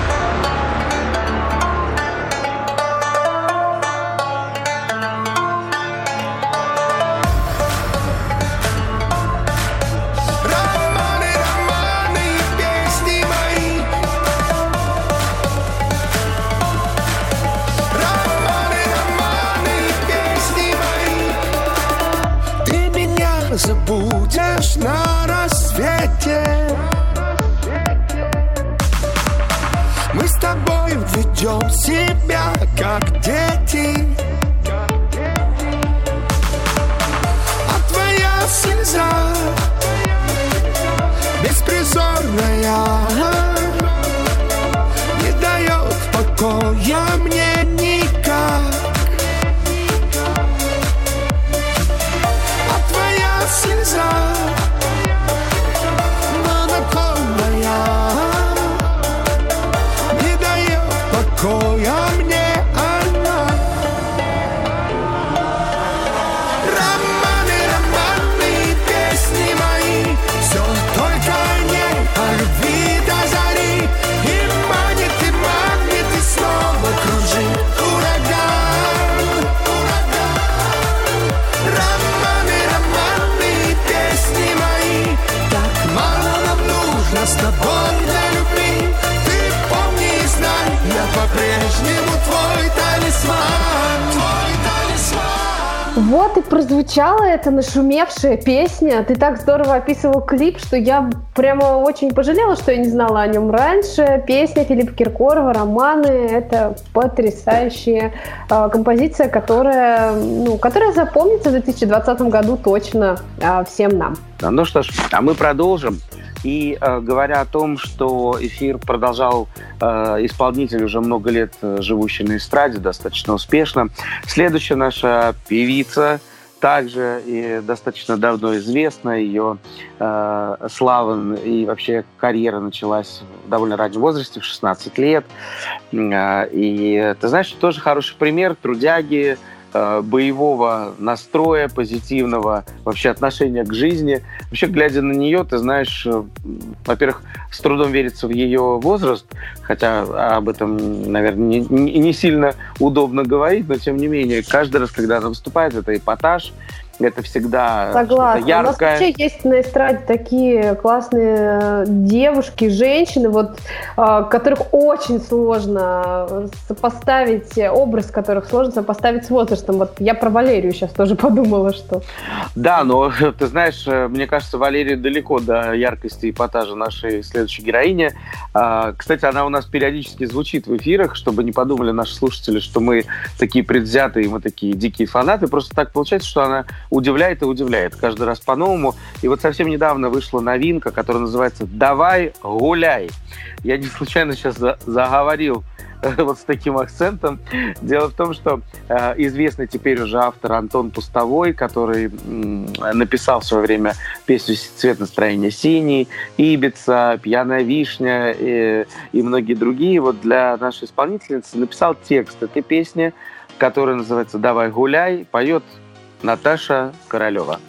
Забудешь на рассвете. Мы с тобой ведем себя как дети. А твоя слеза беспризорная не дает покоя мне никак. какое мне она. Романы, романы, песни мои, все только не о любви до зари. И манит, и снова кружит ураган, ураган. Романы, романы, песни мои, так мало нам нужно с тобой для любви. Ты помни и знай, я по-прежнему твой талисман, твой талисман. Вот и прозвучала эта нашумевшая песня. Ты так здорово описывал клип, что я прямо очень пожалела, что я не знала о нем раньше. Песня Филиппа Киркорова «Романы» — это потрясающая композиция, которая запомнится в 2020 году точно всем нам. Ну что ж, а мы продолжим. И говоря о том, что эфир продолжал исполнитель, уже много лет живущий на эстраде, достаточно успешно. Следующая наша певица, также и достаточно давно известна, ее слава и вообще карьера началась в довольно раннем возрасте, в 16 лет. И ты знаешь, тоже хороший пример трудяги, боевого настроя, позитивного вообще отношения к жизни. Вообще, глядя на нее, ты знаешь, во-первых, с трудом верится в ее возраст, хотя об этом, наверное, не сильно удобно говорить, но тем не менее, каждый раз, когда она выступает, это эпатаж, это всегда согласна. что-то яркое. У нас вообще есть на эстраде такие классные девушки, женщины, вот, которых очень сложно сопоставить, образ которых сложно сопоставить с возрастом. Вот я про Валерию сейчас тоже подумала, что... Да, но ты знаешь, мне кажется, Валерия далеко до яркости и эпатажа нашей следующей героини. Кстати, она у нас периодически звучит в эфирах, чтобы не подумали наши слушатели, что мы такие предвзятые, мы такие дикие фанаты. Просто так получается, что она удивляет и удивляет каждый раз по-новому. И вот совсем недавно вышла новинка, которая называется «Давай гуляй». Я не случайно сейчас заговорил вот с таким акцентом. Дело в том, что известный теперь уже автор Антон Пустовой, который написал в свое время песню «Цвет настроения синий», «Ибица», «Пьяная вишня» и многие другие, вот для нашей исполнительницы написал текст этой песни, которая называется «Давай гуляй», поет Наташа Королева.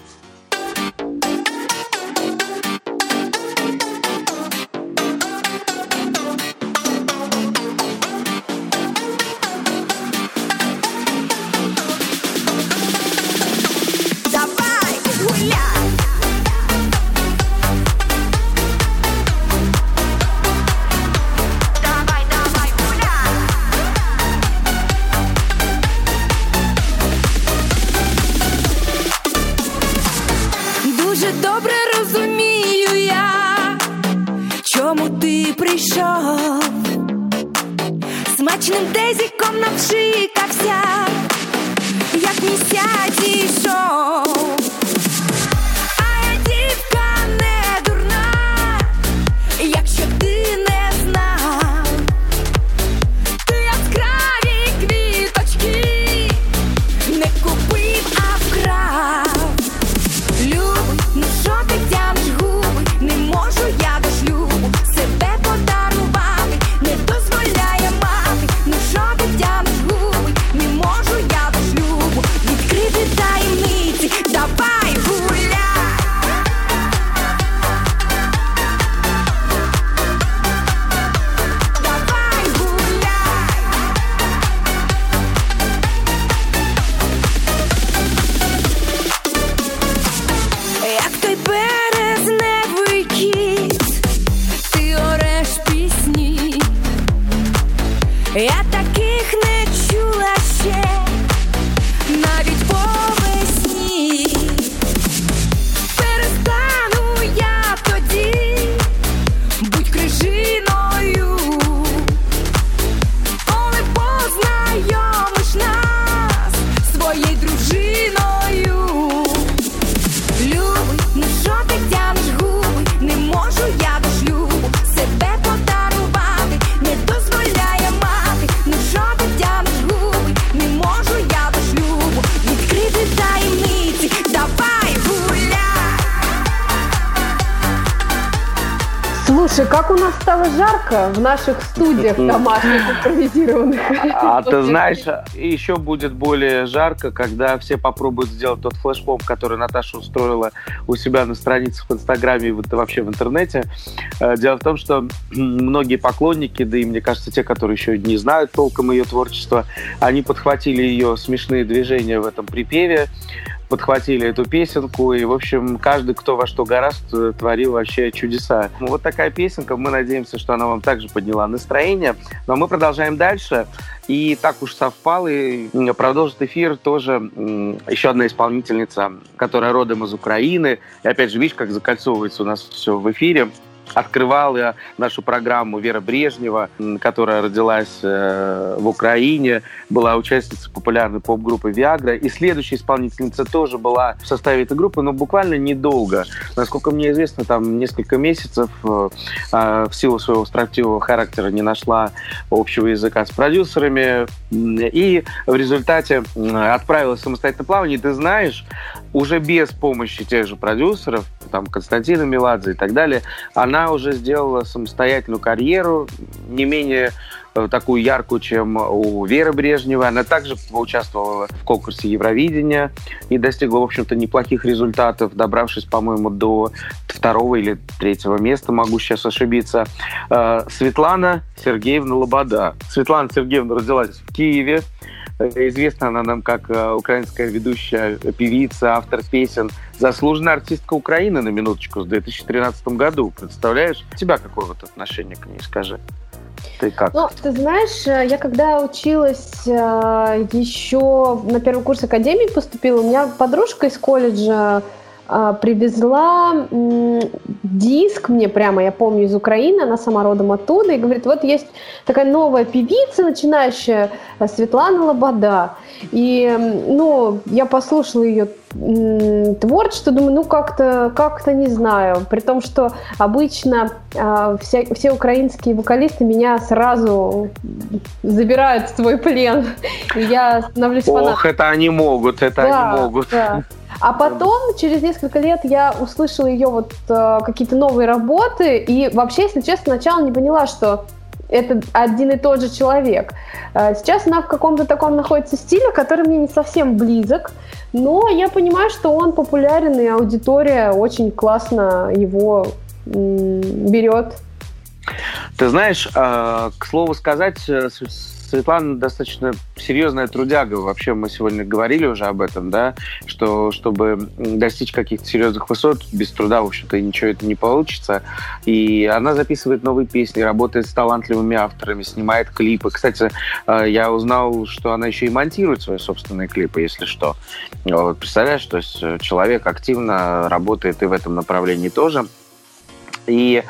Смачним дезиком навшикався, як місяць ішов. А я дівка не дурна, якщо ти не знав. Ти яскраві квіточки не купив, а вкрав. Любий, ну що ти тямиш губи, не можу я до шлюбу себе подарувати, не дозволяє мати. Ну що ти тямиш губи, не можу я до шлюбу відкрити таємниці. Давай Слушай, как у нас стало жарко в наших студиях домашних импровизированных. А ты знаешь, еще будет более жарко, когда все попробуют сделать тот флешмоб, который Наташа устроила у себя на страницах в Инстаграме и вообще в интернете. Дело в том, что многие поклонники, да и, мне кажется, те, которые еще не знают толком ее творчества, они подхватили ее смешные движения в этом припеве, подхватили эту песенку, и, в общем, каждый, кто во что гораст, творил вообще чудеса. Вот такая песенка, мы надеемся, что она вам также подняла настроение. Но мы продолжаем дальше, и так уж совпало, и продолжит эфир тоже еще одна исполнительница, которая родом из Украины, и опять же, видишь, как закольцовывается у нас все в эфире. Открывала нашу программу Вера Брежнева, которая родилась в Украине, была участницей популярной поп-группы «Виагра». И следующая исполнительница тоже была в составе этой группы, но буквально недолго. Насколько мне известно, там несколько месяцев в силу своего строптивого характера не нашла общего языка с продюсерами. И в результате отправилась в самостоятельное плавание. И ты знаешь, уже без помощи тех же продюсеров, там, Константина Меладзе и так далее, она уже сделала самостоятельную карьеру, не менее такую яркую, чем у Веры Брежневой. Она также поучаствовала в конкурсе Евровидения и достигла, в общем-то, неплохих результатов, добравшись, по-моему, до 2-го или 3-го места, могу сейчас ошибиться. Светлана Сергеевна Лобода. Светлана Сергеевна родилась в Киеве. Известна она нам как украинская ведущая, певица, автор песен, заслуженная артистка Украины, на минуточку, в 2013 году. Представляешь? У тебя какое вот отношение к ней, скажи? Ты как? Ну, ты знаешь, я когда училась еще на первый курс академии поступила, у меня подружка из колледжа привезла диск мне прямо, я помню, из Украины, она сама родом оттуда, и говорит, вот есть такая новая певица, начинающая, Светлана Лобода. И, ну, я послушала ее творчество, думаю, ну, как-то не знаю, при том, что обычно все украинские вокалисты меня сразу забирают в свой плен, и я становлюсь фанаткой. Ох, это они могут, они могут. Да. А потом, через несколько лет, я услышала ее вот какие-то новые работы, и вообще, если честно, сначала не поняла, что это один и тот же человек. Сейчас она в каком-то таком находится стиле, который мне не совсем близок, но я понимаю, что он популярен, и аудитория очень классно его берет. Ты знаешь, к слову сказать, Светлана достаточно серьезная трудяга. Вообще мы сегодня говорили уже об этом, да, что чтобы достичь каких-то серьезных высот, без труда, в общем-то, ничего это не получится. И она записывает новые песни, работает с талантливыми авторами, снимает клипы. Кстати, я узнал, что она еще и монтирует свои собственные клипы, если что. Вот, представляешь, то есть человек активно работает и в этом направлении тоже. И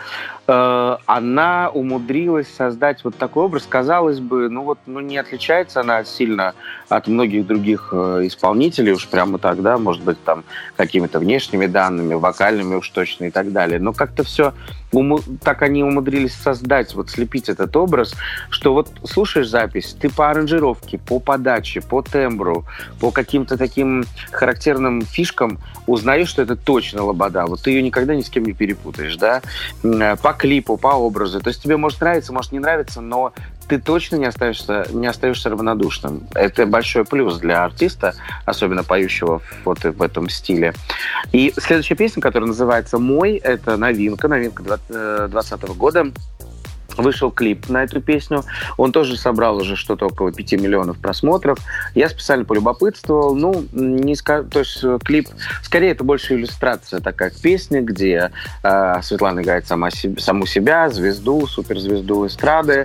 она умудрилась создать вот такой образ. Казалось бы, не отличается она сильно от многих других исполнителей, уж прямо так, да, может быть, там, какими-то внешними данными, вокальными уж точно и так далее. Но как-то все так они умудрились создать, вот слепить этот образ, что вот слушаешь запись, ты по аранжировке, по подаче, по тембру, по каким-то таким характерным фишкам узнаешь, что это точно Лобода. Вот ты ее никогда ни с кем не перепутаешь, да? По клипу, по образу. То есть тебе может нравиться, может не нравиться, но ты точно не остаешься равнодушным. Это большой плюс для артиста, особенно поющего вот в этом стиле. И следующая песня, которая называется «Мой», это новинка 2020 года. Вышел клип на эту песню. Он тоже собрал уже что-то около 5 миллионов просмотров. Я специально полюбопытствовал. То есть клип, скорее, это больше иллюстрация такая к песне, где Светлана играет саму себя, звезду, суперзвезду эстрады.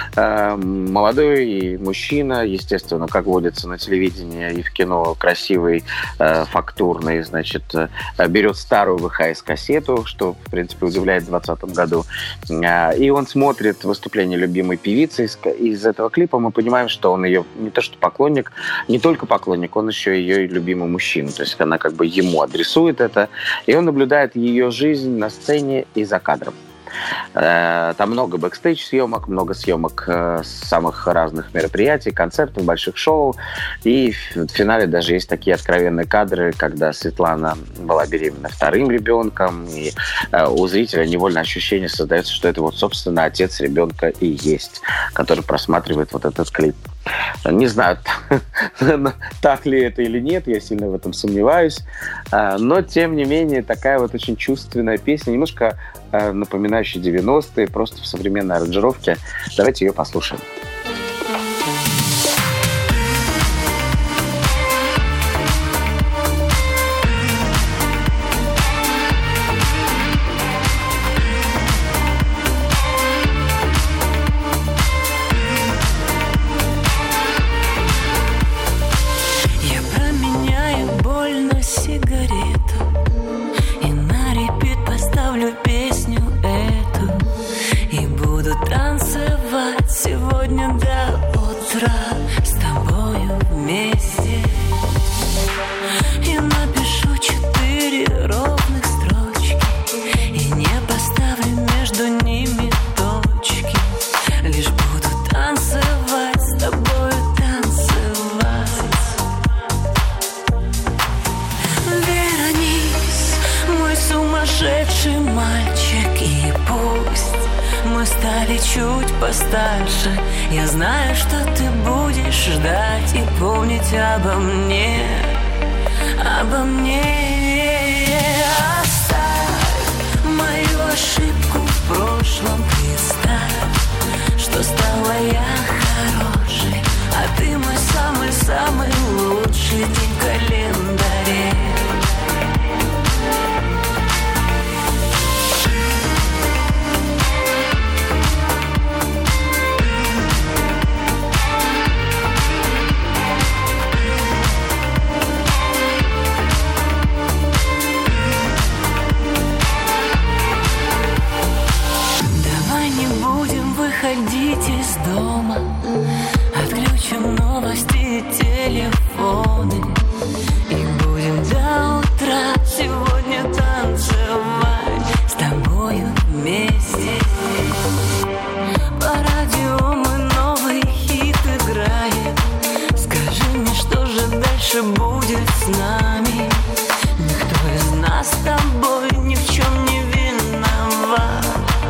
Молодой мужчина, естественно, как водится на телевидении и в кино, красивый, фактурный, значит, берет старую ВХС-кассету, что, в принципе, удивляет в 2020 году. И он смотрит выступление любимой певицы из этого клипа, мы понимаем, что он ее не то что поклонник, не только поклонник, он еще ее любимый мужчина. То есть она как бы ему адресует это, и он наблюдает ее жизнь на сцене и за кадром. Там много бэкстейдж-съемок, много съемок самых разных мероприятий, концертов, больших шоу. И в финале даже есть такие откровенные кадры, когда Светлана была беременна вторым ребенком, и у зрителя невольно ощущение создается, что это вот, собственно, отец ребенка и есть, который просматривает вот этот клип. Не знаю, так ли это или нет, я сильно в этом сомневаюсь. Но, тем не менее, такая вот очень чувственная песня, немножко напоминающая 90-е, просто в современной аранжировке. Давайте ее послушаем. Я знаю, что ты будешь ждать и помнить обо мне. Оставь мою ошибку в прошлом, представь, что стала я хорошей, а ты мой самый-самый лучший день в календаре. Выходить из дома, отключим новости и телефоны, и будем до утра сегодня танцевать с тобою вместе. По радио мы новый хит играем. Скажи мне, что же дальше будет с нами? Никто из нас с тобой ни в чем не виноват.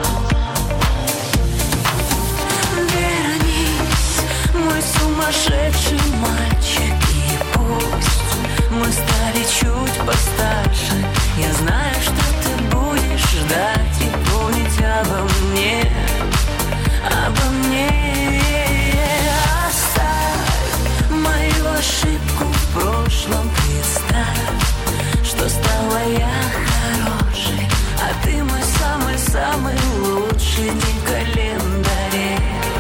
Сумасшедший мальчик, и пусть мы стали чуть постарше, я знаю, что ты будешь ждать и помнить обо мне. Оставь мою ошибку в прошлом, представь, что стала я хорошей, а ты мой самый-самый лучший день в календаре.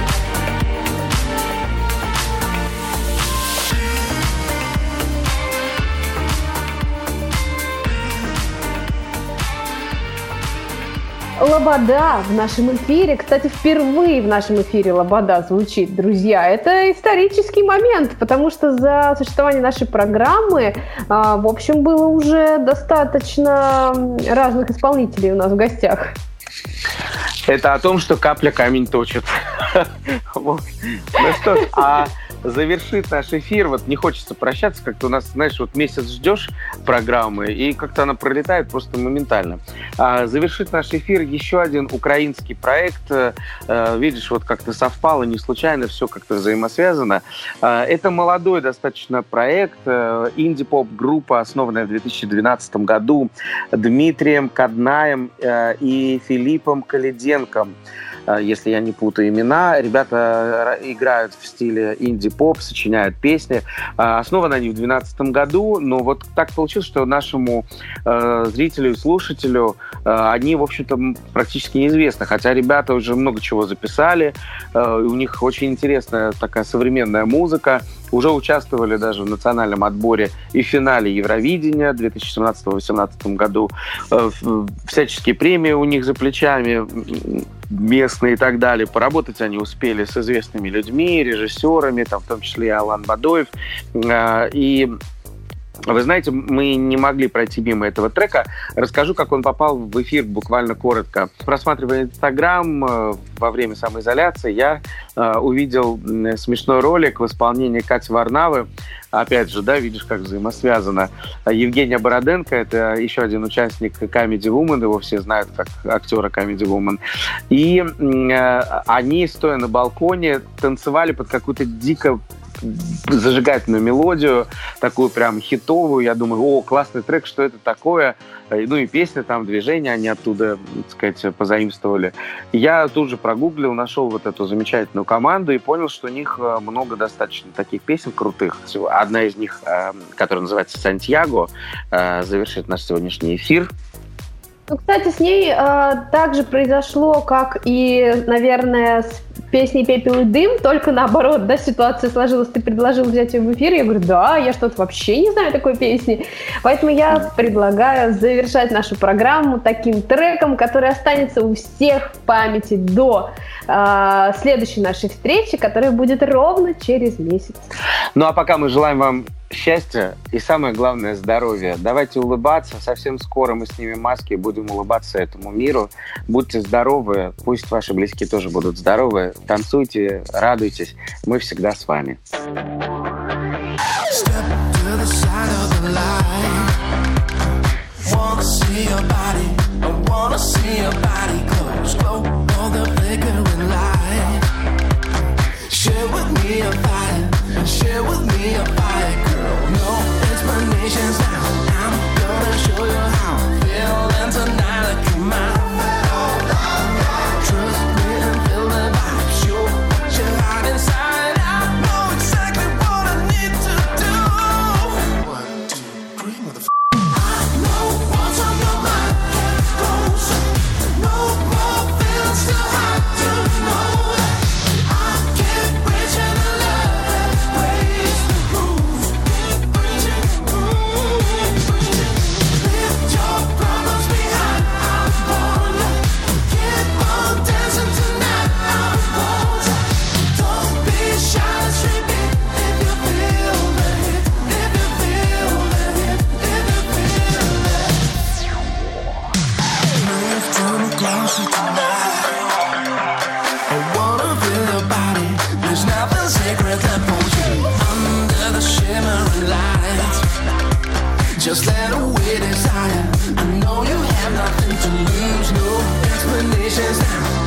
Лобода в нашем эфире. Кстати, впервые в нашем эфире Лобода звучит, друзья. Это исторический момент, потому что за существование нашей программы, в общем, было уже достаточно разных исполнителей у нас в гостях. Это о том, что капля камень точит. Ну что ж, завершит наш эфир. Вот не хочется прощаться, как-то у нас, знаешь, вот месяц ждешь программы, и как-то она пролетает просто моментально. Завершит наш эфир еще один украинский проект. Видишь, вот как-то совпало, не случайно, все как-то взаимосвязано. Это молодой достаточно проект, инди-поп-группа, основанная в 2012 году Дмитрием Каднаем и Филиппом Калиденко. Если я не путаю имена. Ребята играют в стиле инди-поп, сочиняют песни. Основаны они в 2012 году, но вот так получилось, что нашему зрителю и слушателю они, в общем-то, практически неизвестны. Хотя ребята уже много чего записали. У них очень интересная такая современная музыка. Уже участвовали даже в национальном отборе и в финале Евровидения 2017-2018 году. Всяческие премии у них за плечами, местные и так далее. Поработать они успели с известными людьми, режиссерами, там, в том числе и Алан Бадоев. И Вы знаете, мы не могли пройти мимо этого трека. Расскажу, как он попал в эфир буквально коротко. Просматривая Инстаграм во время самоизоляции, я увидел смешной ролик в исполнении Кати Варнавы. Опять же, да, видишь, как взаимосвязано. Евгения Бороденко, это еще один участник Comedy Woman, его все знают как актера Comedy Woman. И они, стоя на балконе, танцевали под какую-то дико зажигательную мелодию, такую прям хитовую. Я думаю, о, классный трек, что это такое? Ну и песня, там движения, они оттуда, так сказать, позаимствовали. Я тут же прогуглил, нашел вот эту замечательную команду и понял, что у них много достаточно таких песен крутых. Одна из них, которая называется «Сантьяго», завершит наш сегодняшний эфир. Ну, кстати, с ней также произошло, как и, наверное, с песней «Пепел и дым», только наоборот, да, ситуация сложилась, ты предложил взять ее в эфир, я говорю, да, я что-то вообще не знаю такой песни, поэтому я предлагаю завершать нашу программу таким треком, который останется у всех в памяти до следующей нашей встречи, которая будет ровно через месяц. Ну, а пока мы желаем вам счастья и, самое главное, здоровья. Давайте улыбаться. Совсем скоро мы снимем маски и будем улыбаться этому миру. Будьте здоровы. Пусть ваши близкие тоже будут здоровы. Танцуйте, радуйтесь. Мы всегда с вами. Share with me a fire, girl. No explanations now. I'm gonna show you how. Feeling tonight like you're mine. Trust me and feel the vibe. Show what you hide inside. I know exactly what I need to do. 1, 2, 3, motherfucker. I know what's on your mind. Get closer. No more feelings to hide. You know that I can't reach into love. Just let away desire. I know you have nothing to lose. No explanations now.